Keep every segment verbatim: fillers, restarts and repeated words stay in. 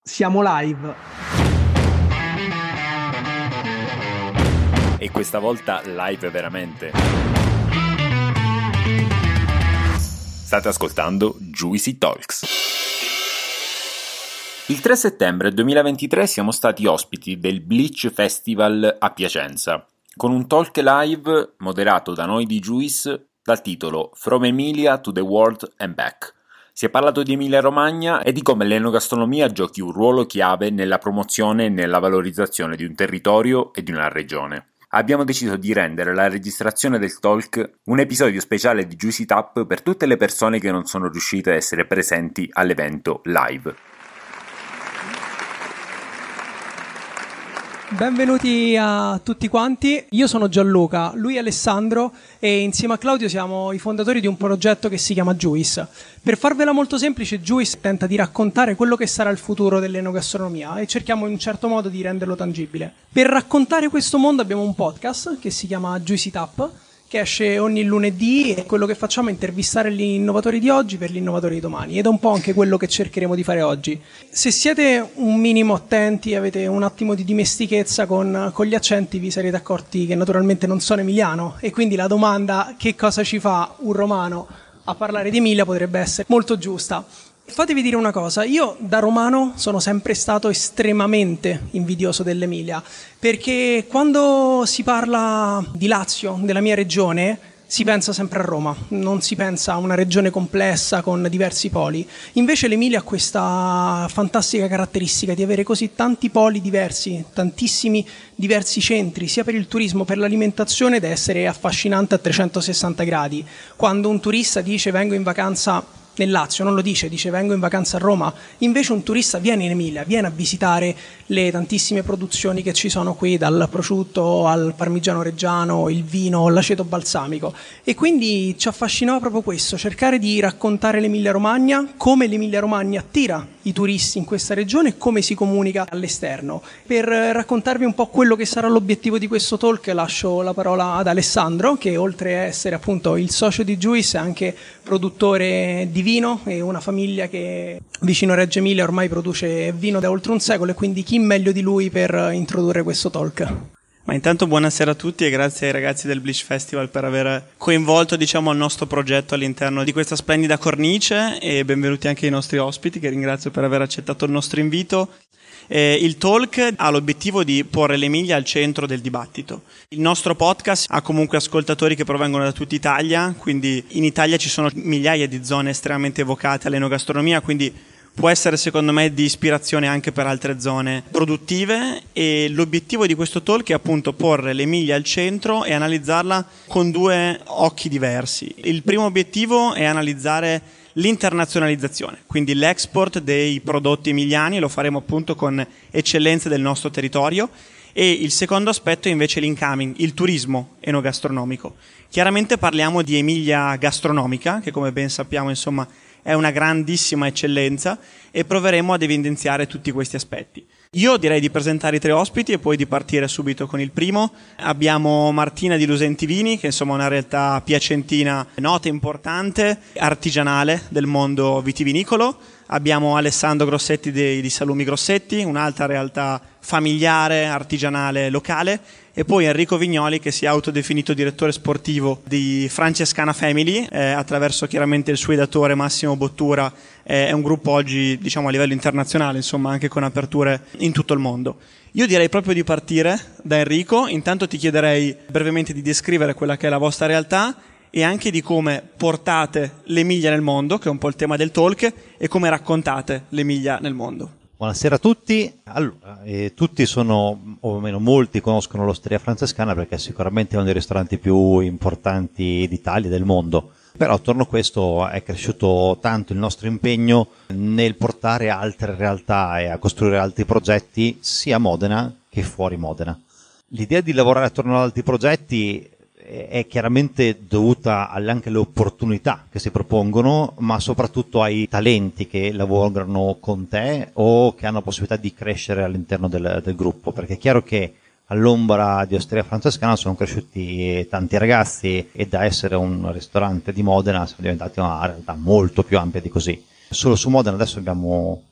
Siamo live. E questa volta live veramente. State ascoltando Juicy Talks. Il tre settembre duemilaventitré siamo stati ospiti del Bleach Festival a Piacenza, con un talk live moderato da noi di Juice dal titolo From Emilia to the World and Back. Si è parlato di Emilia-Romagna e di come l'enogastronomia giochi un ruolo chiave nella promozione e nella valorizzazione di un territorio e di una regione. Abbiamo deciso di rendere la registrazione del talk un episodio speciale di Juicy Tap per tutte le persone che non sono riuscite a essere presenti all'evento live. Benvenuti a tutti quanti, io sono Gianluca, lui è Alessandro e insieme a Claudio siamo i fondatori di un progetto che si chiama Juice. Per farvela molto semplice, Juice tenta di raccontare quello che sarà il futuro dell'enogastronomia e cerchiamo in un certo modo di renderlo tangibile. Per raccontare questo mondo abbiamo un podcast che si chiama Juicy Tap, che esce ogni lunedì e quello che facciamo è intervistare gli innovatori di oggi per gli innovatori di domani ed è un po' anche quello che cercheremo di fare oggi. Se siete un minimo attenti e avete un attimo di dimestichezza con, con gli accenti vi sarete accorti che naturalmente non sono emiliano e quindi la domanda che cosa ci fa un romano a parlare di Emilia potrebbe essere molto giusta. Fatevi dire una cosa, io da romano sono sempre stato estremamente invidioso dell'Emilia, perché quando si parla di Lazio, della mia regione, si pensa sempre a Roma, non si pensa a una regione complessa con diversi poli. Invece l'Emilia ha questa fantastica caratteristica di avere così tanti poli diversi, tantissimi diversi centri, sia per il turismo, per l'alimentazione, da essere affascinante a trecentosessanta gradi. Quando un turista dice vengo in vacanza nel Lazio, non lo dice, dice vengo in vacanza a Roma, invece un turista viene in Emilia, viene a visitare le tantissime produzioni che ci sono qui, dal prosciutto al parmigiano reggiano, il vino, l'aceto balsamico, e quindi ci affascinava proprio questo, cercare di raccontare l'Emilia Romagna, come l'Emilia Romagna attira i turisti in questa regione e come si comunica all'esterno. Per raccontarvi un po' quello che sarà l'obiettivo di questo talk lascio la parola ad Alessandro, che oltre a essere appunto il socio di Juice è anche produttore di vino e una famiglia che vicino a Reggio Emilia ormai produce vino da oltre un secolo, e quindi chi meglio di lui per introdurre questo talk? Ma intanto buonasera a tutti e grazie ai ragazzi del Bleach Festival per aver coinvolto, diciamo, il nostro progetto all'interno di questa splendida cornice, e benvenuti anche ai nostri ospiti, che ringrazio per aver accettato il nostro invito. Eh, il talk ha l'obiettivo di porre l'Emilia al centro del dibattito. Il nostro podcast ha comunque ascoltatori che provengono da tutta Italia, quindi in Italia ci sono migliaia di zone estremamente evocate all'enogastronomia, quindi può essere secondo me di ispirazione anche per altre zone produttive, e l'obiettivo di questo talk è appunto porre l'Emilia al centro e analizzarla con due occhi diversi. Il primo obiettivo è analizzare l'internazionalizzazione, quindi l'export dei prodotti emiliani, lo faremo appunto con eccellenze del nostro territorio, e il secondo aspetto è invece l'incoming, il turismo enogastronomico. Chiaramente parliamo di Emilia gastronomica, che come ben sappiamo insomma è una grandissima eccellenza, e proveremo ad evidenziare tutti questi aspetti. Io direi di presentare i tre ospiti e poi di partire subito con il primo. Abbiamo Martina di Lusenti Vini, che insomma è una realtà piacentina nota, importante, artigianale del mondo vitivinicolo. Abbiamo Alessandro Grossetti di, di Salumi Grossetti, un'altra realtà familiare, artigianale, locale, e poi Enrico Vignoli, che si è autodefinito direttore sportivo di Francescana Family, eh, attraverso chiaramente il suo ideatore Massimo Bottura. Eh, è un gruppo oggi, diciamo, a livello internazionale, insomma anche con aperture in tutto il mondo. Io direi proprio di partire da Enrico. Intanto ti chiederei brevemente di descrivere quella che è la vostra realtà e anche di come portate l'Emilia nel mondo, che è un po' il tema del talk, e come raccontate l'Emilia nel mondo. Buonasera a tutti. Allora, eh, tutti sono, o almeno molti conoscono l'Osteria Francescana perché è sicuramente uno dei ristoranti più importanti d'Italia e del mondo. Però attorno a questo è cresciuto tanto il nostro impegno nel portare altre realtà e a costruire altri progetti sia a Modena che fuori Modena. L'idea di lavorare attorno ad altri progetti è chiaramente dovuta anche alle opportunità che si propongono, ma soprattutto ai talenti che lavorano con te o che hanno la possibilità di crescere all'interno del, del gruppo, perché è chiaro che all'ombra di Osteria Francescana sono cresciuti tanti ragazzi e da essere un ristorante di Modena siamo diventati una realtà molto più ampia di così. Solo su Modena adesso abbiamo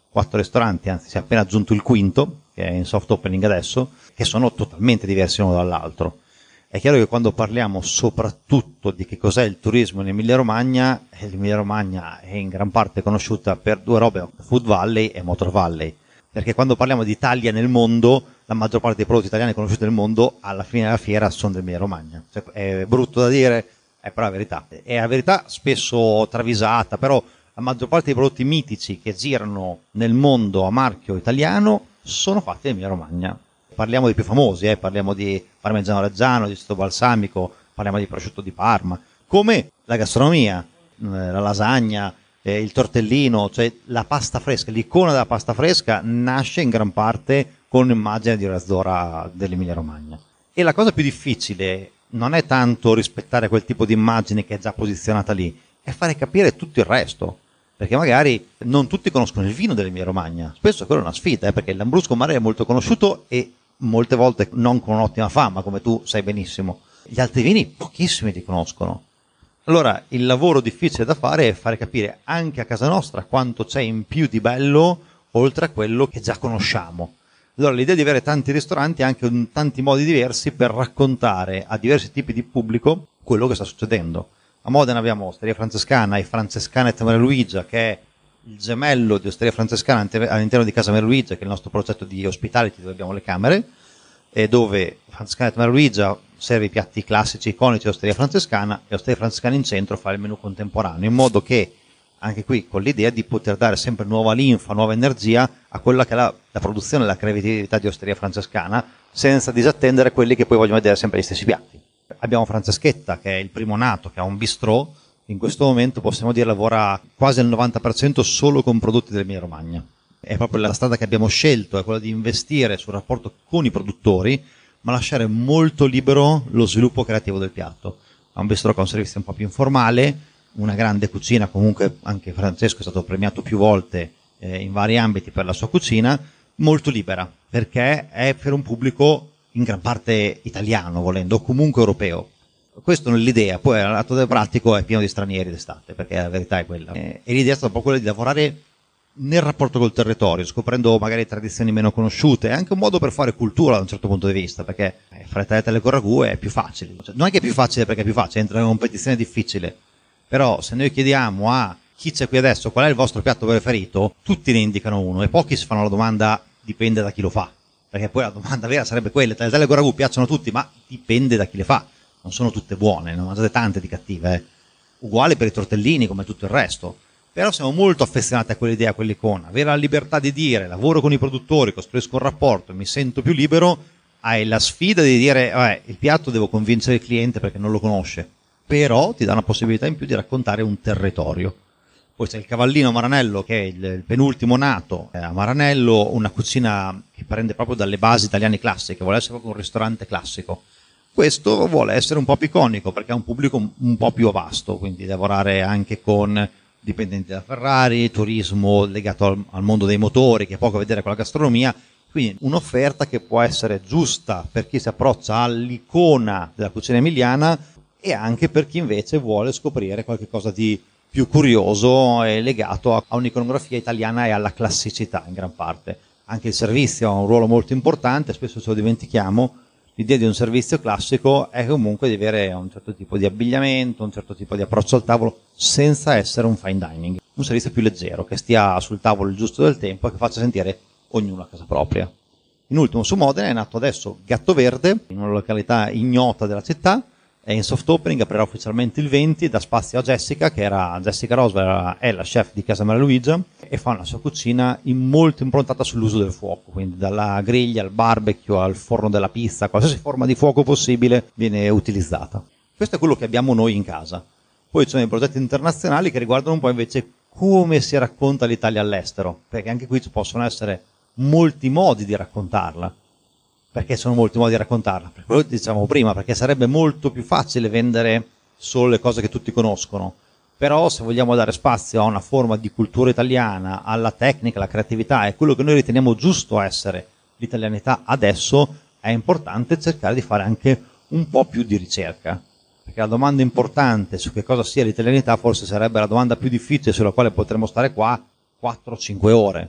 quattro ristoranti, anzi si è appena aggiunto il quinto, che è in soft opening adesso, che sono totalmente diversi l'uno dall'altro. È chiaro che quando parliamo soprattutto di che cos'è il turismo in Emilia Romagna, l'Emilia Romagna è in gran parte conosciuta per due robe, Food Valley e Motor Valley, perché quando parliamo di Italia nel mondo, la maggior parte dei prodotti italiani conosciuti nel mondo alla fine della fiera sono dell'Emilia Romagna. Cioè, è brutto da dire, è però la verità. È la verità spesso travisata, però la maggior parte dei prodotti mitici che girano nel mondo a marchio italiano sono fatti in Emilia Romagna. Parliamo dei più famosi, eh? Parliamo di parmigiano reggiano, di stesso balsamico, parliamo di prosciutto di Parma, come la gastronomia, la lasagna, eh, il tortellino, cioè la pasta fresca, l'icona della pasta fresca nasce in gran parte con l'immagine di Razzora dell'Emilia Romagna. E la cosa più difficile non è tanto rispettare quel tipo di immagine che è già posizionata lì, è fare capire tutto il resto. Perché magari non tutti conoscono il vino dell'Emilia Romagna, spesso quella è una sfida, eh, perché il Lambrusco Mare è molto conosciuto e molte volte non con un'ottima fama, come tu sai benissimo. Gli altri vini pochissimi li conoscono. Allora il lavoro difficile da fare è fare capire anche a casa nostra quanto c'è in più di bello oltre a quello che già conosciamo. Allora l'idea di avere tanti ristoranti anche in tanti modi diversi per raccontare a diversi tipi di pubblico quello che sta succedendo. A Modena abbiamo Osteria Francescana e Francescanette Maria Luigia, che è il gemello di Osteria Francescana all'interno di Casa Maria Luigia, che è il nostro progetto di hospitality dove abbiamo le camere, e dove Francescanette Maria Luigia serve i piatti classici iconici di Osteria Francescana e Osteria Francescana in centro fa il menù contemporaneo, in modo che anche qui con l'idea di poter dare sempre nuova linfa, nuova energia a quella che è la, la produzione e la creatività di Osteria Francescana, senza disattendere quelli che poi vogliono vedere sempre gli stessi piatti. Abbiamo Franceschetta, che è il primo nato, che ha un bistrò, in questo momento possiamo dire lavora quasi al novanta per cento solo con prodotti dell'Emilia Romagna. È proprio la strada che abbiamo scelto, è quella di investire sul rapporto con i produttori, ma lasciare molto libero lo sviluppo creativo del piatto. Ha un bistrò che ha un servizio un po' più informale, una grande cucina, comunque anche Francesco è stato premiato più volte eh, in vari ambiti per la sua cucina, molto libera, perché è per un pubblico in gran parte italiano, volendo, o comunque europeo. Questa è l'idea, poi l'atto del pratico è pieno di stranieri d'estate, perché la verità è quella. E l'idea è stata un po' quella di lavorare nel rapporto col territorio, scoprendo magari tradizioni meno conosciute, è anche un modo per fare cultura da un certo punto di vista, perché fare tagliatelle con ragù è più facile. Cioè, non è che è più facile perché è più facile, entra in una competizione difficile, però se noi chiediamo a chi c'è qui adesso qual è il vostro piatto preferito, tutti ne indicano uno e pochi si fanno la domanda dipende da chi lo fa. Perché poi la domanda vera sarebbe quella, le tagliatelle con ragù piacciono a tutti, ma dipende da chi le fa. Non sono tutte buone, ne mangiate tante di cattive. Eh. Uguale per i tortellini, come tutto il resto. Però siamo molto affezionati a quell'idea, a quell'icona. Avere la libertà di dire, lavoro con i produttori, costruisco un rapporto, mi sento più libero, hai la sfida di dire, vabbè, il piatto devo convincere il cliente perché non lo conosce. Però ti dà una possibilità in più di raccontare un territorio. Poi c'è il Cavallino Maranello, che è il penultimo nato a Maranello, una cucina che prende proprio dalle basi italiane classiche, vuole essere proprio un ristorante classico. Questo vuole essere un po' più iconico perché ha un pubblico un po' più vasto, quindi lavorare anche con dipendenti da Ferrari, turismo legato al, al mondo dei motori, che ha poco a vedere con la gastronomia, quindi un'offerta che può essere giusta per chi si approccia all'icona della cucina emiliana e anche per chi invece vuole scoprire qualcosa di più curioso e legato a un'iconografia italiana e alla classicità in gran parte. Anche il servizio ha un ruolo molto importante, spesso ce lo dimentichiamo. L'idea di un servizio classico è comunque di avere un certo tipo di abbigliamento, un certo tipo di approccio al tavolo, senza essere un fine dining. Un servizio più leggero, che stia sul tavolo il giusto del tempo e che faccia sentire ognuno a casa propria. In ultimo, su Modena è nato adesso Gatto Verde, in una località ignota della città, è in soft opening, aprirà ufficialmente il venti, dà spazio a Jessica, che era Jessica Roswell, è la chef di Casa Maria Luigia, e fa una sua cucina in molto improntata sull'uso del fuoco, quindi dalla griglia al barbecue, al forno della pizza, qualsiasi forma di fuoco possibile viene utilizzata. Questo è quello che abbiamo noi in casa. Poi ci sono i progetti internazionali che riguardano un po' invece come si racconta l'Italia all'estero, perché anche qui ci possono essere molti modi di raccontarla. Perché sono molti modi di raccontarla? Per quello che dicevamo prima, perché sarebbe molto più facile vendere solo le cose che tutti conoscono. Però se vogliamo dare spazio a una forma di cultura italiana, alla tecnica, alla creatività e quello che noi riteniamo giusto essere l'italianità adesso, è importante cercare di fare anche un po' più di ricerca. Perché la domanda importante su che cosa sia l'italianità forse sarebbe la domanda più difficile sulla quale potremmo stare qua quattro cinque ore.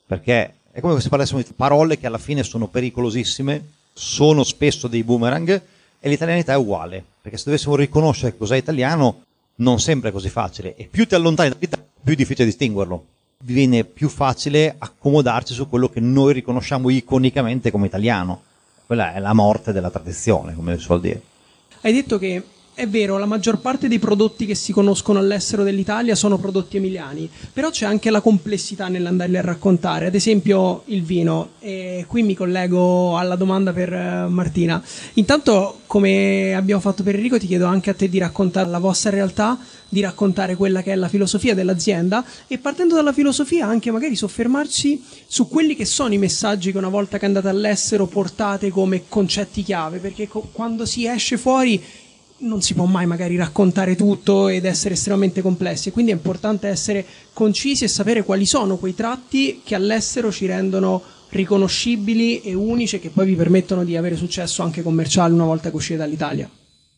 perché è come se parlassimo di parole che alla fine sono pericolosissime, sono spesso dei boomerang, e l'italianità è uguale, perché se dovessimo riconoscere cos'è italiano non sempre è così facile, e più ti allontani dall'Italia più è difficile distinguerlo, diviene più facile accomodarci su quello che noi riconosciamo iconicamente come italiano. Quella è la morte della tradizione, come si suol dire. Hai detto che è vero, la maggior parte dei prodotti che si conoscono all'estero dell'Italia sono prodotti emiliani, però c'è anche la complessità nell'andarli a raccontare, ad esempio il vino, e qui mi collego alla domanda per uh, Martina. Intanto, come abbiamo fatto per Enrico, ti chiedo anche a te di raccontare la vostra realtà, di raccontare quella che è la filosofia dell'azienda, e partendo dalla filosofia anche magari soffermarci su quelli che sono i messaggi che una volta che andate all'estero portate come concetti chiave, perché co- quando si esce fuori non si può mai magari raccontare tutto ed essere estremamente complessi, e quindi è importante essere concisi e sapere quali sono quei tratti che all'estero ci rendono riconoscibili e unici, e che poi vi permettono di avere successo anche commerciale una volta che uscite dall'Italia.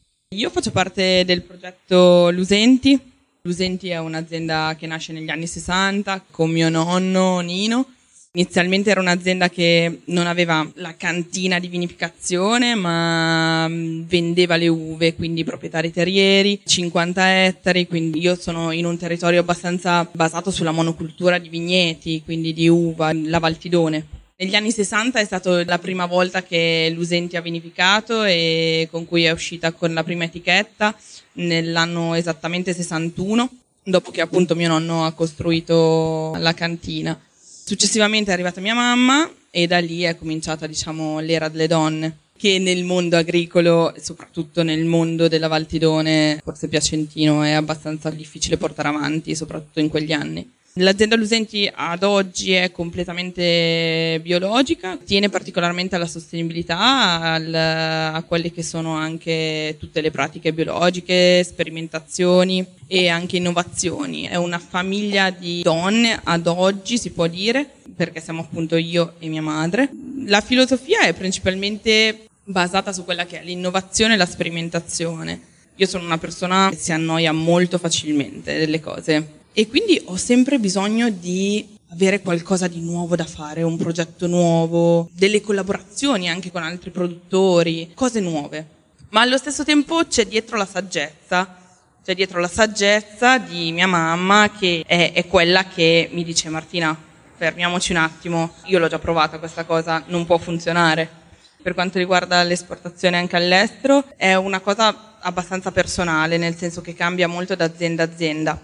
Io faccio parte del progetto Lusenti. Lusenti è un'azienda che nasce negli anni sessanta con mio nonno Nino. Inizialmente era un'azienda che non aveva la cantina di vinificazione, ma vendeva le uve, quindi proprietari terrieri, cinquanta ettari, quindi io sono in un territorio abbastanza basato sulla monocultura di vigneti, quindi di uva, la Val Tidone. Negli anni sessanta è stata la prima volta che Lusenti ha vinificato, e con cui è uscita con la prima etichetta nell'anno esattamente sessantuno, dopo che appunto mio nonno ha costruito la cantina. Successivamente è arrivata mia mamma, e da lì è cominciata, diciamo, l'era delle donne, che nel mondo agricolo, soprattutto nel mondo della Val Tidone, forse piacentino, è abbastanza difficile portare avanti, soprattutto in quegli anni. L'azienda Lusenti ad oggi è completamente biologica, tiene particolarmente alla sostenibilità, al, a quelle che sono anche tutte le pratiche biologiche, sperimentazioni e anche innovazioni. È una famiglia di donne ad oggi, si può dire, perché siamo appunto io e mia madre. La filosofia è principalmente basata su quella che è l'innovazione e la sperimentazione. Io sono una persona che si annoia molto facilmente delle cose, e quindi ho sempre bisogno di avere qualcosa di nuovo da fare, un progetto nuovo, delle collaborazioni anche con altri produttori, cose nuove. Ma allo stesso tempo c'è dietro la saggezza, c'è dietro la saggezza di mia mamma, che è, è quella che mi dice: Martina, fermiamoci un attimo, io l'ho già provata questa cosa, non può funzionare. Per quanto riguarda l'esportazione anche all'estero, è una cosa abbastanza personale, nel senso che cambia molto da azienda a azienda.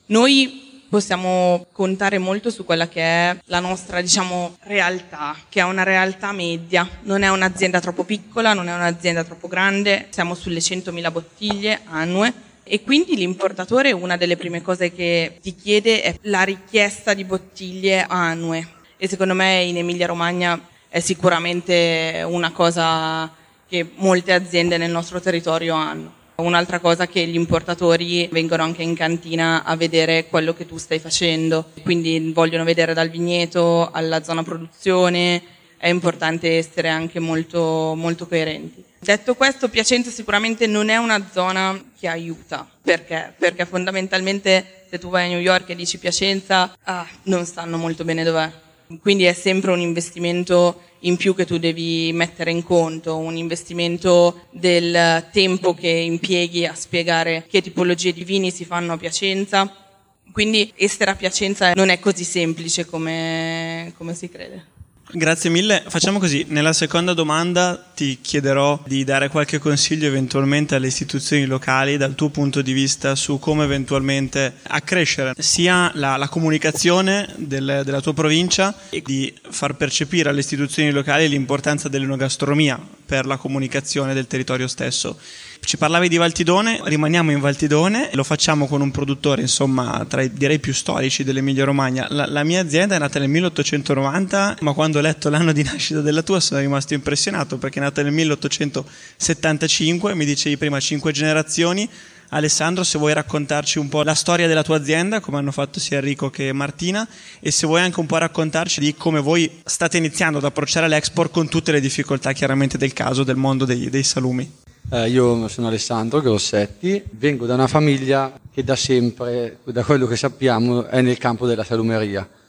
Noi possiamo contare molto su quella che è la nostra, diciamo, realtà, che è una realtà media. Non è un'azienda troppo piccola, non è un'azienda troppo grande, siamo sulle centomila bottiglie annue, e quindi l'importatore, una delle prime cose che ti chiede è la richiesta di bottiglie annue, e secondo me in Emilia-Romagna è sicuramente una cosa che molte aziende nel nostro territorio hanno. Un'altra cosa che gli importatori vengono anche in cantina a vedere quello che tu stai facendo, quindi vogliono vedere dal vigneto alla zona produzione, è importante essere anche molto, molto coerenti. Detto questo, Piacenza sicuramente non è una zona che aiuta, perché? Perché fondamentalmente se tu vai a New York e dici Piacenza, ah, non stanno molto bene dov'è. Quindi è sempre un investimento in più che tu devi mettere in conto, un investimento del tempo che impieghi a spiegare che tipologie di vini si fanno a Piacenza. Quindi essere a Piacenza non è così semplice come, come si crede. Grazie mille. Facciamo così, nella seconda domanda ti chiederò di dare qualche consiglio eventualmente alle istituzioni locali dal tuo punto di vista su come eventualmente accrescere sia la, la comunicazione del, della tua provincia, e di far percepire alle istituzioni locali l'importanza dell'enogastronomia per la comunicazione del territorio stesso. Ci parlavi di Val Tidone, rimaniamo in Val Tidone, lo facciamo con un produttore, insomma, tra i direi più storici dell'Emilia Romagna. La, la mia azienda è nata nel milleottocentonovanta, ma quando ho letto l'anno di nascita della tua sono rimasto impressionato, perché è nata nel milleottocentosettantacinque, mi dicevi prima cinque generazioni. Alessandro, se vuoi raccontarci un po' la storia della tua azienda, come hanno fatto sia Enrico che Martina, e se vuoi anche un po' raccontarci di come voi state iniziando ad approcciare l'export con tutte le difficoltà chiaramente del caso, del mondo dei, dei salumi. Eh, io sono Alessandro Grossetti, vengo da una famiglia che da sempre, da quello che sappiamo, è nel campo della salumeria.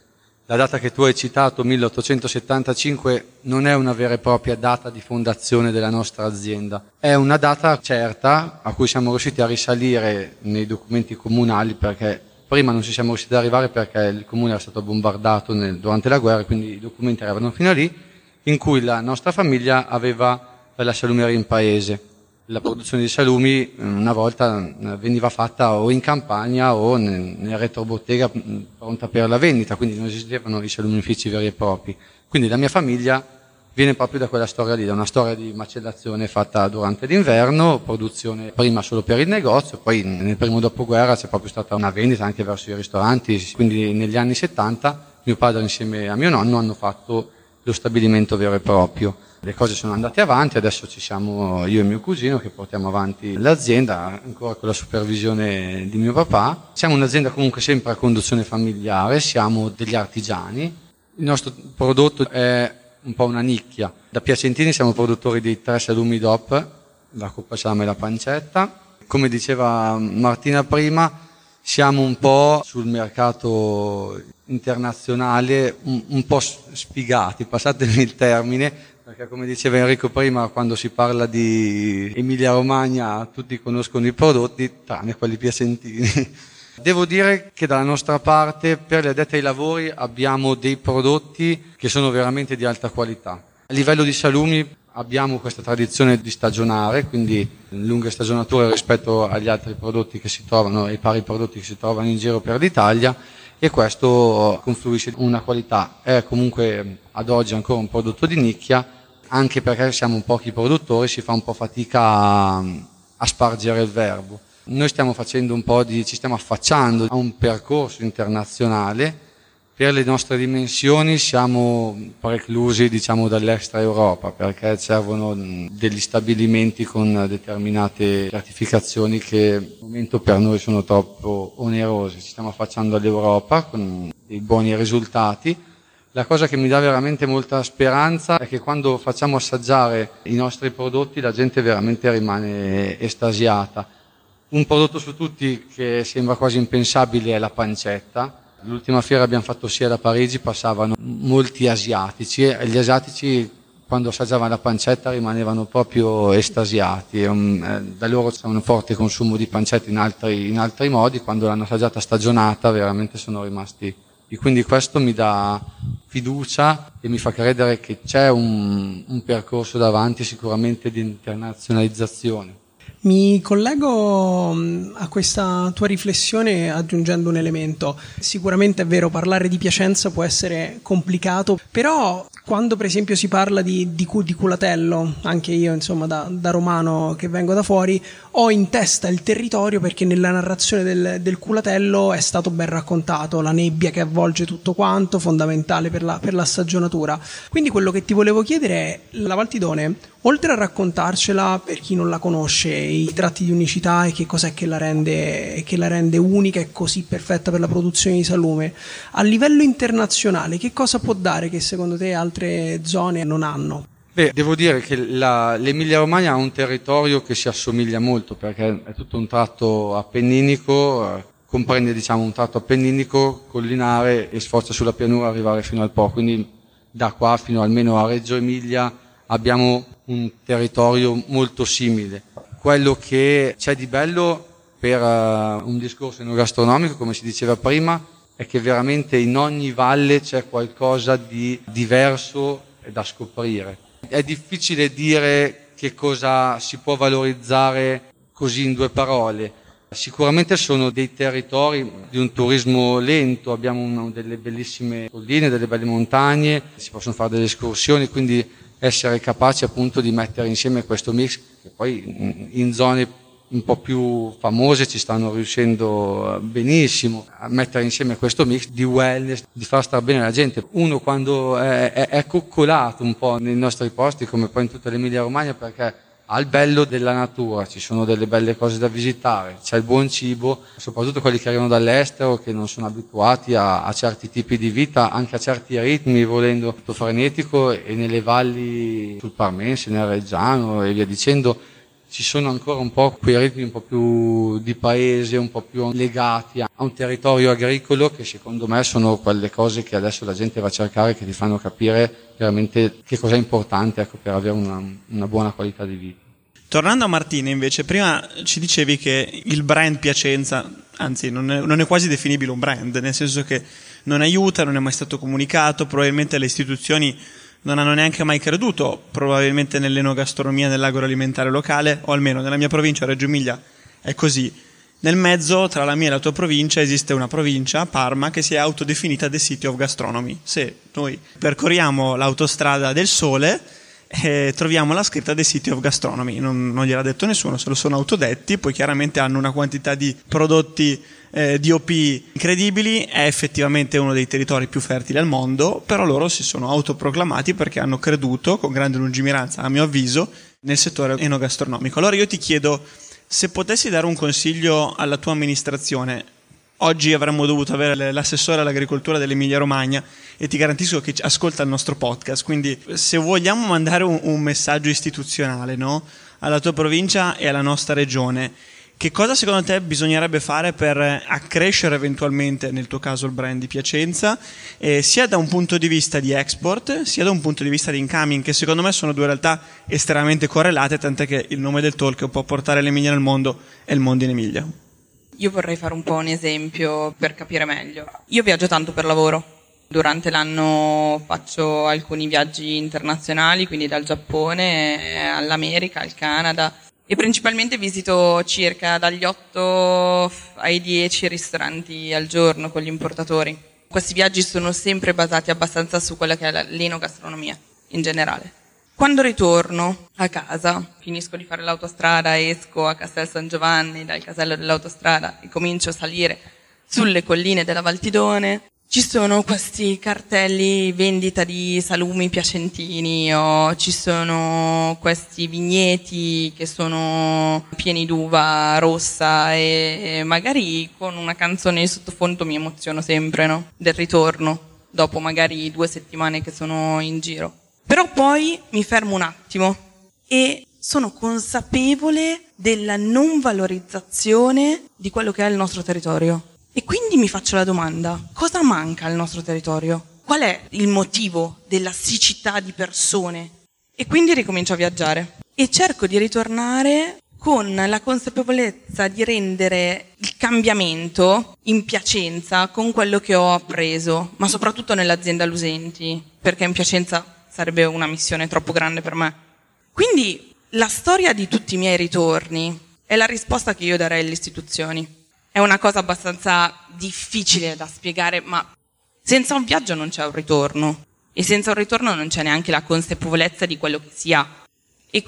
La data che tu hai citato, milleottocentosettantacinque, non è una vera e propria data di fondazione della nostra azienda. È una data certa a cui siamo riusciti a risalire nei documenti comunali, perché prima non ci siamo riusciti ad arrivare perché il comune era stato bombardato nel, durante la guerra, quindi i documenti arrivavano fino a lì, in cui la nostra famiglia aveva la salumeria in paese. La produzione di salumi una volta veniva fatta o in campagna o nel, nel retrobottega pronta per la vendita, quindi non esistevano i salumifici veri e propri. Quindi la mia famiglia viene proprio da quella storia lì, da una storia di macellazione fatta durante l'inverno, produzione prima solo per il negozio, poi nel primo dopoguerra c'è proprio stata una vendita anche verso i ristoranti, quindi negli anni settanta mio padre insieme a mio nonno hanno fatto lo stabilimento vero e proprio. Le cose sono andate avanti, adesso ci siamo io e mio cugino che portiamo avanti l'azienda, ancora con la supervisione di mio papà. Siamo un'azienda comunque sempre a conduzione familiare, siamo degli artigiani. Il nostro prodotto è un po' una nicchia. Da Piacentini siamo produttori di tre salumi D O P, la coppa salame e la pancetta. Come diceva Martina prima, siamo un po' sul mercato internazionale, un, un po' sfigati, passatemi il termine, perché come diceva Enrico prima, quando si parla di Emilia Romagna tutti conoscono i prodotti, tranne quelli piacentini. Devo dire che dalla nostra parte, per gli addetti ai lavori, abbiamo dei prodotti che sono veramente di alta qualità. A livello di salumi abbiamo questa tradizione di stagionare, quindi lunghe stagionature rispetto agli altri prodotti che si trovano, ai pari prodotti che si trovano in giro per l'Italia, e questo confluisce in una qualità. È comunque ad oggi ancora un prodotto di nicchia, anche perché siamo pochi produttori, si fa un po' fatica a, a spargere il verbo. Noi stiamo facendo un po' di, ci stiamo affacciando a un percorso internazionale. Per le nostre dimensioni siamo preclusi, diciamo, dall'extra Europa, perché servono degli stabilimenti con determinate certificazioni che al momento per noi sono troppo onerose. Ci stiamo affacciando all'Europa con dei buoni risultati. La cosa che mi dà veramente molta speranza è che quando facciamo assaggiare i nostri prodotti la gente veramente rimane estasiata. Un prodotto su tutti che sembra quasi impensabile è la pancetta. L'ultima fiera abbiamo fatto sia da Parigi, passavano molti asiatici e gli asiatici quando assaggiavano la pancetta rimanevano proprio estasiati. Da loro c'è un forte consumo di pancetta in altri, in altri modi, quando l'hanno assaggiata stagionata veramente sono rimasti. E quindi questo mi dà fiducia e mi fa credere che c'è un, un percorso davanti sicuramente di internazionalizzazione. Mi collego a questa tua riflessione aggiungendo un elemento. Sicuramente è vero, parlare di Piacenza può essere complicato, però quando per esempio si parla di, di, di culatello, anche io insomma da, da romano che vengo da fuori, ho in testa il territorio perché nella narrazione del, del culatello è stato ben raccontato, la nebbia che avvolge tutto quanto, fondamentale per la, per la stagionatura. Quindi quello che ti volevo chiedere è, la Val Tidone, oltre a raccontarcela per chi non la conosce, i tratti di unicità e che cos'è che la rende, che la rende unica e così perfetta per la produzione di salume, a livello internazionale che cosa può dare che secondo te altre zone non hanno? Beh, devo dire che la, l'Emilia Romagna ha un territorio che si assomiglia molto perché è tutto un tratto appenninico, eh, comprende diciamo un tratto appenninico, collinare e sforza sulla pianura arrivare fino al Po, quindi da qua fino almeno a Reggio Emilia abbiamo un territorio molto simile. Quello che c'è di bello per uh, un discorso enogastronomico, come si diceva prima, è che veramente in ogni valle c'è qualcosa di diverso da scoprire. È difficile dire che cosa si può valorizzare così in due parole. Sicuramente sono dei territori di un turismo lento, abbiamo una, delle bellissime colline, delle belle montagne, si possono fare delle escursioni, quindi essere capaci appunto di mettere insieme questo mix, che poi in zone un po' più famose ci stanno riuscendo benissimo a mettere insieme questo mix di wellness, di far star bene la gente. Uno quando è, è, è coccolato un po' nei nostri posti, come poi in tutta l'Emilia Romagna, perché ha il bello della natura, ci sono delle belle cose da visitare, c'è il buon cibo, soprattutto quelli che arrivano dall'estero, che non sono abituati a, a certi tipi di vita, anche a certi ritmi, volendo tutto frenetico, e nelle valli sul Parmense, nel Reggiano e via dicendo, ci sono ancora un po' quei ritmi un po' più di paese, un po' più legati a un territorio agricolo, che secondo me sono quelle cose che adesso la gente va a cercare, che ti fanno capire veramente che cos'è importante, ecco, per avere una, una buona qualità di vita. Tornando a Martina invece, prima ci dicevi che il brand Piacenza, anzi non è, non è quasi definibile un brand, nel senso che non aiuta, non è mai stato comunicato, probabilmente le istituzioni non hanno neanche mai creduto probabilmente nell'enogastronomia, nell'agroalimentare locale, o almeno nella mia provincia, Reggio Emilia, è così. Nel mezzo, tra la mia e la tua provincia, esiste una provincia, Parma, che si è autodefinita The City of Gastronomy. Se noi percorriamo l'autostrada del Sole, eh, troviamo la scritta The City of Gastronomy. Non, non gliel'ha detto nessuno, se lo sono autodetti, poi chiaramente hanno una quantità di prodotti eh, D O P incredibili, è effettivamente uno dei territori più fertili al mondo, però loro si sono autoproclamati perché hanno creduto, con grande lungimiranza a mio avviso, nel settore enogastronomico. Allora io ti chiedo, se potessi dare un consiglio alla tua amministrazione, oggi avremmo dovuto avere l'assessore all'agricoltura dell'Emilia Romagna e ti garantisco che ascolta il nostro podcast, quindi se vogliamo mandare un, un messaggio istituzionale, no, alla tua provincia e alla nostra regione, che cosa secondo te bisognerebbe fare per accrescere eventualmente, nel tuo caso il brand di Piacenza, eh, sia da un punto di vista di export, sia da un punto di vista di incoming, che secondo me sono due realtà estremamente correlate, tant'è che il nome del talk è un po' portare l'Emilia nel mondo e il mondo in Emilia. Io vorrei fare un po' un esempio per capire meglio. Io viaggio tanto per lavoro. Durante l'anno faccio alcuni viaggi internazionali, quindi dal Giappone all'America, al Canada, e principalmente visito circa dagli otto ai dieci ristoranti al giorno con gli importatori. Questi viaggi sono sempre basati abbastanza su quella che è l'enogastronomia in generale. Quando ritorno a casa, finisco di fare l'autostrada, esco a Castel San Giovanni dal casello dell'autostrada e comincio a salire sulle colline della Valtidone, ci sono questi cartelli vendita di salumi piacentini, o ci sono questi vigneti che sono pieni d'uva rossa, e magari con una canzone di sottofondo mi emoziono sempre, no? Del ritorno, dopo magari due settimane che sono in giro. Però poi mi fermo un attimo e sono consapevole della non valorizzazione di quello che è il nostro territorio. E quindi mi faccio la domanda, cosa manca al nostro territorio? Qual è il motivo della siccità di persone? E quindi ricomincio a viaggiare e cerco di ritornare con la consapevolezza di rendere il cambiamento in Piacenza con quello che ho appreso, ma soprattutto nell'azienda Lusenti, perché in Piacenza sarebbe una missione troppo grande per me. Quindi la storia di tutti i miei ritorni è la risposta che io darei alle istituzioni. È una cosa abbastanza difficile da spiegare, ma senza un viaggio non c'è un ritorno, e senza un ritorno non c'è neanche la consapevolezza di quello che si ha. E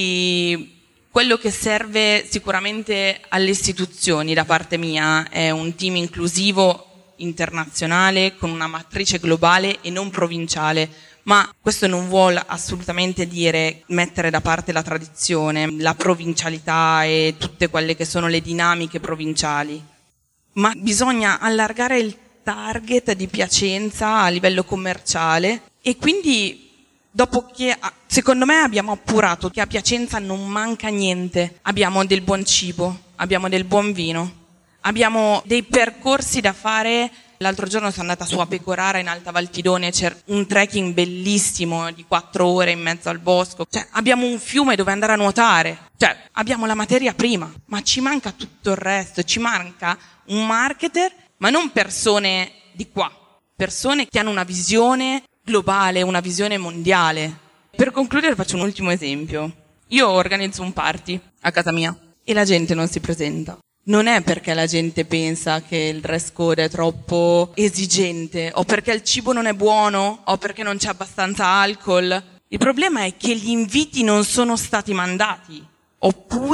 quindi quello che serve sicuramente alle istituzioni da parte mia è un team inclusivo internazionale con una matrice globale e non provinciale. Ma questo non vuole assolutamente dire mettere da parte la tradizione, la provincialità e tutte quelle che sono le dinamiche provinciali, ma bisogna allargare il target di Piacenza a livello commerciale. E quindi, dopo che secondo me abbiamo appurato che a Piacenza non manca niente, abbiamo del buon cibo, abbiamo del buon vino, abbiamo dei percorsi da fare. L'altro giorno sono andata su a Pecorara in Alta Valtidone, c'è un trekking bellissimo di quattro ore in mezzo al bosco. Cioè, abbiamo un fiume dove andare a nuotare. Cioè, abbiamo la materia prima, ma ci manca tutto il resto. Ci manca un marketer, ma non persone di qua. Persone che hanno una visione globale, una visione mondiale. Per concludere faccio un ultimo esempio. Io organizzo un party a casa mia e la gente non si presenta. Non è perché la gente pensa che il dress code è troppo esigente, o perché il cibo non è buono, o perché non c'è abbastanza alcol. Il problema è che gli inviti non sono stati mandati, oppure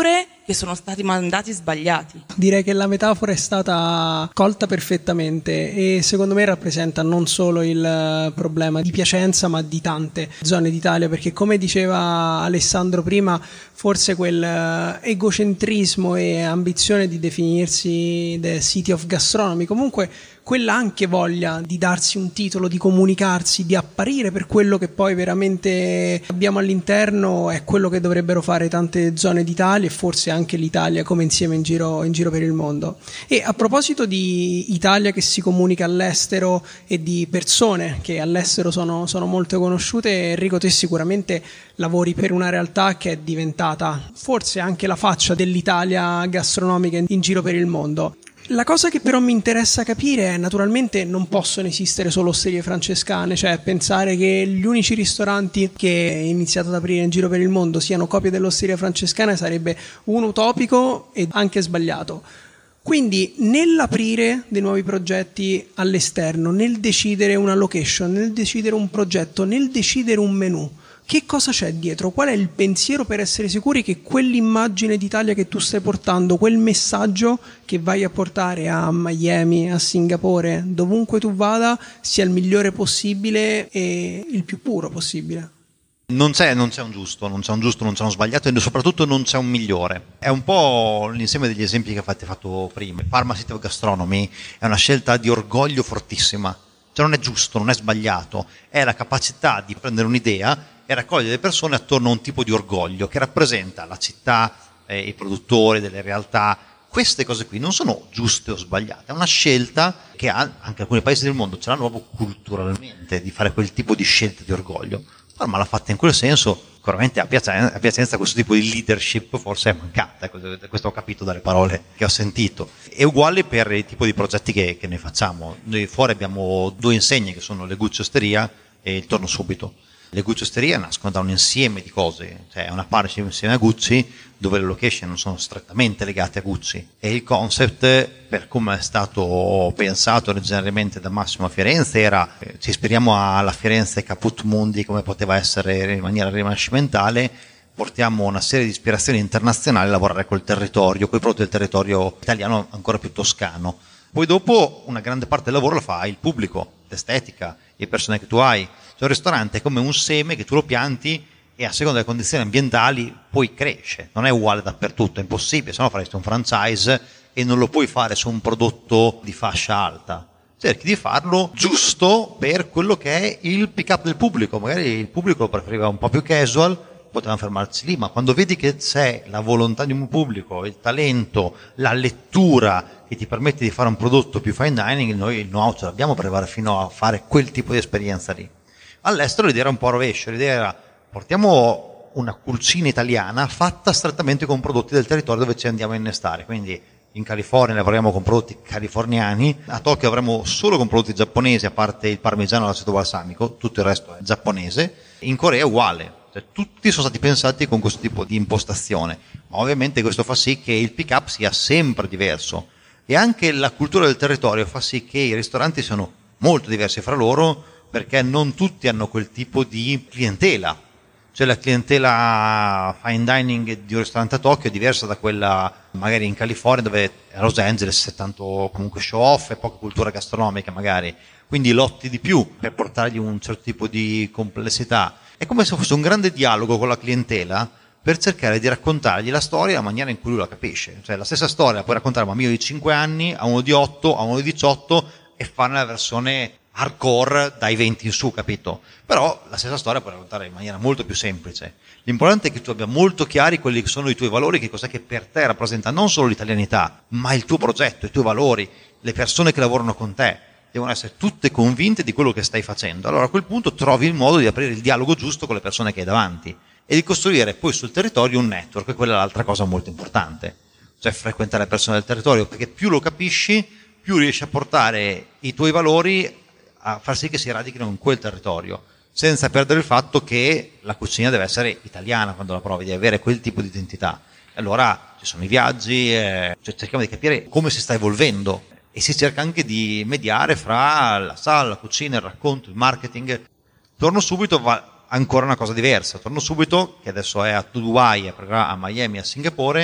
che sono stati mandati sbagliati. Direi che la metafora è stata colta perfettamente e secondo me rappresenta non solo il problema di Piacenza ma di tante zone d'Italia, perché come diceva Alessandro prima, forse quel egocentrismo e ambizione di definirsi the city of gastronomy, comunque quella anche voglia di darsi un titolo, di comunicarsi, di apparire per quello che poi veramente abbiamo all'interno, è quello che dovrebbero fare tante zone d'Italia e forse anche l'Italia come insieme in giro, in giro per il mondo. E a proposito di Italia che si comunica all'estero e di persone che all'estero sono, sono molto conosciute, Enrico, te sicuramente lavori per una realtà che è diventata forse anche la faccia dell'Italia gastronomica in giro per il mondo. La cosa che però mi interessa capire è, naturalmente non possono esistere solo osterie francescane, cioè pensare che gli unici ristoranti che è iniziato ad aprire in giro per il mondo siano copie dell'osteria francescana sarebbe un utopico e anche sbagliato. Quindi nell'aprire dei nuovi progetti all'esterno, nel decidere una location, nel decidere un progetto, nel decidere un menù, che cosa c'è dietro? Qual è il pensiero per essere sicuri che quell'immagine d'Italia che tu stai portando, quel messaggio che vai a portare a Miami, a Singapore, dovunque tu vada, sia il migliore possibile e il più puro possibile? Non c'è, non c'è un giusto, non c'è un giusto, non c'è un sbagliato e soprattutto non c'è un migliore. È un po' l'insieme degli esempi che avete fatto prima. Parma City of Gastronomy è una scelta di orgoglio fortissima. Cioè non è giusto, non è sbagliato, è la capacità di prendere un'idea e raccogliere le persone attorno a un tipo di orgoglio che rappresenta la città, eh, i produttori, delle realtà. Queste cose qui non sono giuste o sbagliate, è una scelta che ha, anche alcuni paesi del mondo ce l'hanno proprio culturalmente di fare quel tipo di scelta di orgoglio. Ma l'ha fatta in quel senso. Sicuramente a Piacenza, a Piacenza questo tipo di leadership forse è mancata, questo ho capito dalle parole che ho sentito. È uguale per il tipo di progetti che, che noi facciamo. Noi fuori abbiamo due insegne che sono le Gucci Osteria e il Torno Subito. Le Gucci Osteria nascono da un insieme di cose, cioè una parte insieme a Gucci dove le location sono strettamente legate a Gucci e il concept, per come è stato pensato originariamente da Massimo a Firenze, era eh, ci ispiriamo alla Firenze Caput Mundi come poteva essere in maniera rinascimentale, portiamo una serie di ispirazioni internazionali a lavorare col territorio, con i prodotti del territorio italiano ancora più toscano. Poi dopo una grande parte del lavoro lo fa il pubblico, l'estetica, le persone che tu hai. Cioè un ristorante è come un seme che tu lo pianti e a seconda delle condizioni ambientali poi cresce. Non è uguale dappertutto, è impossibile, se no faresti un franchise e non lo puoi fare su un prodotto di fascia alta. Cerchi di farlo giusto per quello che è il pick up del pubblico. Magari il pubblico lo preferiva un po' più casual, potevano fermarsi lì, ma quando vedi che c'è la volontà di un pubblico, il talento, la lettura che ti permette di fare un prodotto più fine dining, noi il know-how ce l'abbiamo per arrivare fino a fare quel tipo di esperienza lì. All'estero l'idea era un po' rovescio, l'idea era portiamo una cucina italiana fatta strettamente con prodotti del territorio dove ci andiamo a innestare, quindi in California lavoriamo con prodotti californiani, a Tokyo avremo solo con prodotti giapponesi a parte il parmigiano e l'aceto balsamico, tutto il resto è giapponese, in Corea è uguale. Cioè, tutti sono stati pensati con questo tipo di impostazione, ma ovviamente questo fa sì che il pick up sia sempre diverso e anche la cultura del territorio fa sì che i ristoranti siano molto diversi fra loro perché non tutti hanno quel tipo di clientela, cioè la clientela fine dining di un ristorante a Tokyo è diversa da quella magari in California dove a Los Angeles c'è tanto comunque show off e poca cultura gastronomica magari, quindi lotti di più per portargli un certo tipo di complessità. È come se fosse un grande dialogo con la clientela per cercare di raccontargli la storia nella maniera in cui lui la capisce. Cioè la stessa storia la puoi raccontare a un bambino di cinque anni, a uno di otto, a uno di diciotto e fare la versione hardcore dai venti in su, capito? Però la stessa storia puoi raccontare in maniera molto più semplice. L'importante è che tu abbia molto chiari quelli che sono i tuoi valori, che cos'è che per te rappresenta non solo l'italianità, ma il tuo progetto, i tuoi valori, le persone che lavorano con te. Devono essere tutte convinte di quello che stai facendo. Allora a quel punto trovi il modo di aprire il dialogo giusto con le persone che hai davanti e di costruire poi sul territorio un network, e quella è l'altra cosa molto importante, cioè frequentare le persone del territorio, perché più lo capisci, più riesci a portare i tuoi valori a far sì che si radichino in quel territorio, senza perdere il fatto che la cucina deve essere italiana quando la provi, deve avere quel tipo di identità. Allora ci sono i viaggi, eh, cioè cerchiamo di capire come si sta evolvendo e si cerca anche di mediare fra la sala, la cucina, il racconto, il marketing. Torno Subito va ancora una cosa diversa. Torno Subito, che adesso è a Dubai e aprirà a Miami e a Singapore,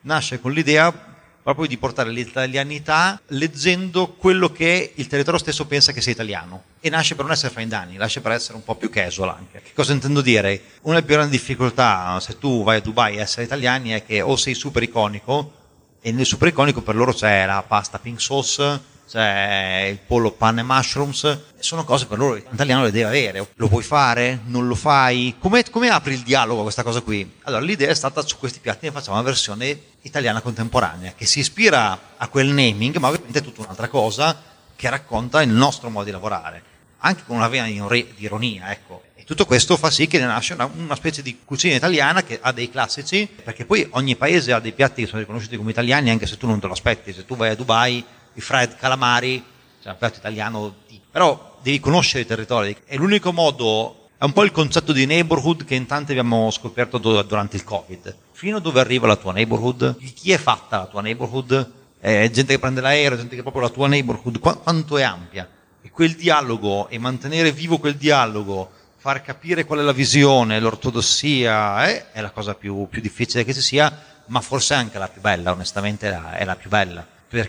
nasce con l'idea proprio di portare l'italianità leggendo quello che il territorio stesso pensa che sia italiano, e nasce per non essere fine dining, nasce per essere un po' più casual anche. Che cosa intendo dire? Una delle più grandi difficoltà se tu vai a Dubai a essere italiani è che o sei super iconico, e nel super iconico per loro c'è la pasta pink sauce, c'è il pollo pan e mushrooms, sono cose per loro l'italiano le deve avere. Lo puoi fare? Non lo fai? Come, come apri il dialogo a questa cosa qui? Allora l'idea è stata: su questi piatti ne facciamo una versione italiana contemporanea che si ispira a quel naming, ma ovviamente è tutta un'altra cosa che racconta il nostro modo di lavorare, anche con una vena di ironia, ecco. E tutto questo fa sì che ne nasce una, una specie di cucina italiana che ha dei classici, perché poi ogni paese ha dei piatti che sono riconosciuti come italiani anche se tu non te lo aspetti. Se tu vai a Dubai, i fried calamari, cioè un piatto italiano, però devi conoscere i territori. È l'unico modo, è un po' il concetto di neighborhood che in tanti abbiamo scoperto durante il Covid. Fino a dove arriva la tua neighborhood? Di chi è fatta la tua neighborhood? È gente che prende l'aereo, gente che è proprio la tua neighborhood, Qu- quanto è ampia? E quel dialogo, e mantenere vivo quel dialogo, far capire qual è la visione, l'ortodossia, eh, è la cosa più, più difficile che ci sia, ma forse anche la più bella, onestamente è la più bella.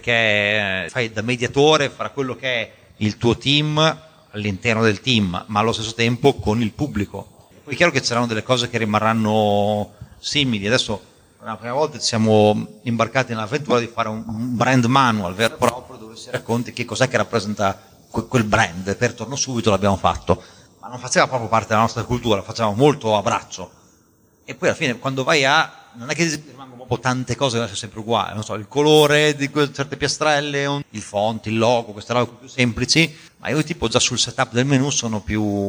Perché fai da mediatore fra quello che è il tuo team all'interno del team, ma allo stesso tempo con il pubblico. Poi è chiaro che ci saranno delle cose che rimarranno simili. Adesso per la prima volta ci siamo imbarcati nell'avventura di fare un brand manual vero e proprio, dove si racconti che cos'è che rappresenta quel brand. Per torno subito l'abbiamo fatto, ma non faceva proprio parte della nostra cultura, facevamo molto a braccio. E poi alla fine quando vai a, non è che rimangono proprio tante cose che sono sempre uguali, non so, il colore di certe piastrelle, il font, il logo, queste robe più semplici, ma io tipo già sul setup del menu sono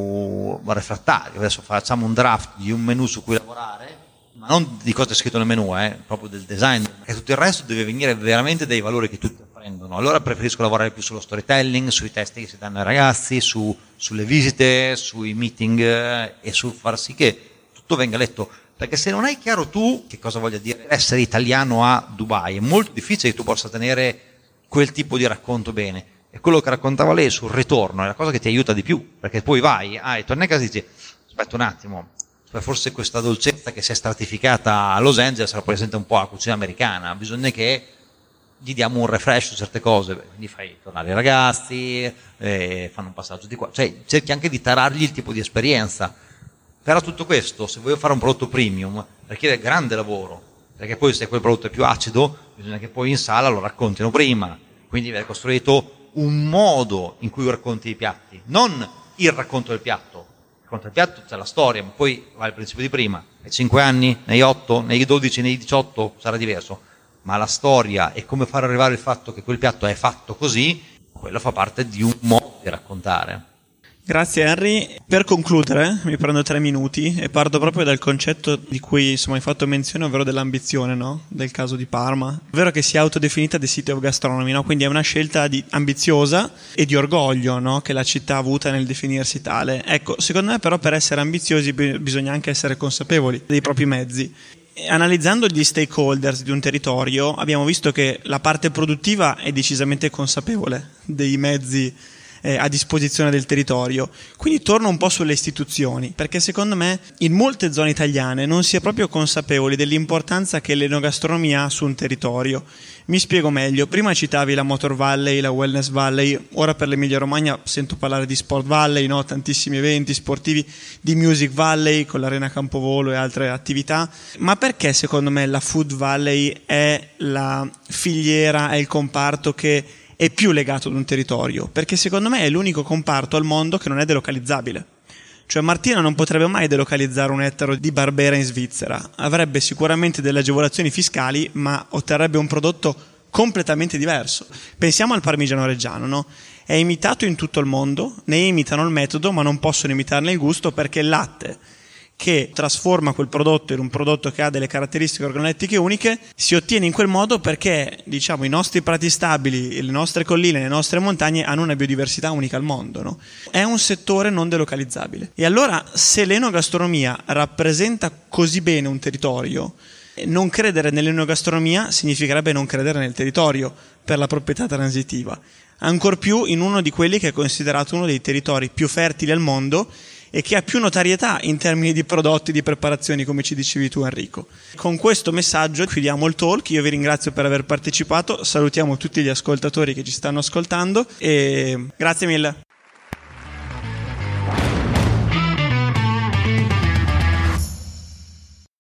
più refrattario. Adesso facciamo un draft di un menu su cui lavorare, ma non di cosa è scritto nel menu, eh, proprio del design, perché tutto il resto deve venire veramente dai valori che tutti apprendono. Allora preferisco lavorare più sullo storytelling, sui testi che si danno ai ragazzi, su, sulle visite, sui meeting, eh, e su far sì che tutto venga letto. Perché se non hai chiaro tu che cosa voglia dire essere italiano a Dubai, è molto difficile che tu possa tenere quel tipo di racconto bene. E quello che raccontava lei sul ritorno è la cosa che ti aiuta di più, perché poi vai, ah, e torni a casa e dici: aspetta un attimo, forse questa dolcezza che si è stratificata a Los Angeles rappresenta un po' la cucina americana, bisogna che gli diamo un refresh su certe cose. Quindi fai tornare i ragazzi, eh, fanno un passaggio di qua, cioè cerchi anche di tarargli il tipo di esperienza. Però tutto questo, se vuoi fare un prodotto premium, richiede grande lavoro, perché poi se quel prodotto è più acido, bisogna che poi in sala lo raccontino prima, quindi viene costruito un modo in cui racconti i piatti, non il racconto del piatto. Il racconto del piatto c'è la storia, ma poi va il principio di prima, nei cinque anni, nei otto, nei dodici, nei diciotto sarà diverso, ma la storia e come far arrivare il fatto che quel piatto è fatto così, quello fa parte di un modo di raccontare. Grazie Henry. Per concludere, mi prendo tre minuti e parto proprio dal concetto di cui insomma hai fatto menzione, ovvero dell'ambizione, no? Del caso di Parma, ovvero che sia autodefinita The City of Gastronomy, no? Quindi è una scelta di, ambiziosa e di orgoglio, no? Che la città ha avuta nel definirsi tale. Ecco, secondo me però per essere ambiziosi bisogna anche essere consapevoli dei propri mezzi. Analizzando gli stakeholders di un territorio abbiamo visto che la parte produttiva è decisamente consapevole dei mezzi a disposizione del territorio. Quindi torno un po' sulle istituzioni, perché secondo me in molte zone italiane non si è proprio consapevoli dell'importanza che l'enogastronomia ha su un territorio. Mi spiego meglio: prima citavi la Motor Valley, la Wellness Valley, ora per l'Emilia Romagna sento parlare di Sport Valley, no? Tantissimi eventi sportivi, di Music Valley con l'Arena Campovolo e altre attività. Ma perché secondo me la Food Valley è la filiera, è il comparto che è più legato ad un territorio? Perché secondo me è l'unico comparto al mondo che non è delocalizzabile. Cioè Martina non potrebbe mai delocalizzare un ettaro di Barbera in Svizzera, avrebbe sicuramente delle agevolazioni fiscali, ma otterrebbe un prodotto completamente diverso. Pensiamo al parmigiano reggiano, no? È imitato in tutto il mondo, ne imitano il metodo ma non possono imitarne il gusto, perché il latte che trasforma quel prodotto in un prodotto che ha delle caratteristiche organolettiche uniche si ottiene in quel modo perché, diciamo, i nostri prati stabili, le nostre colline, le nostre montagne hanno una biodiversità unica al mondo, no? È un settore non delocalizzabile. E allora, se l'enogastronomia rappresenta così bene un territorio, non credere nell'enogastronomia significherebbe non credere nel territorio per la proprietà transitiva, ancor più in uno di quelli che è considerato uno dei territori più fertili al mondo e che ha più notorietà in termini di prodotti, di preparazioni, come ci dicevi tu Enrico. Con questo messaggio chiudiamo il talk, io vi ringrazio per aver partecipato, salutiamo tutti gli ascoltatori che ci stanno ascoltando e grazie mille.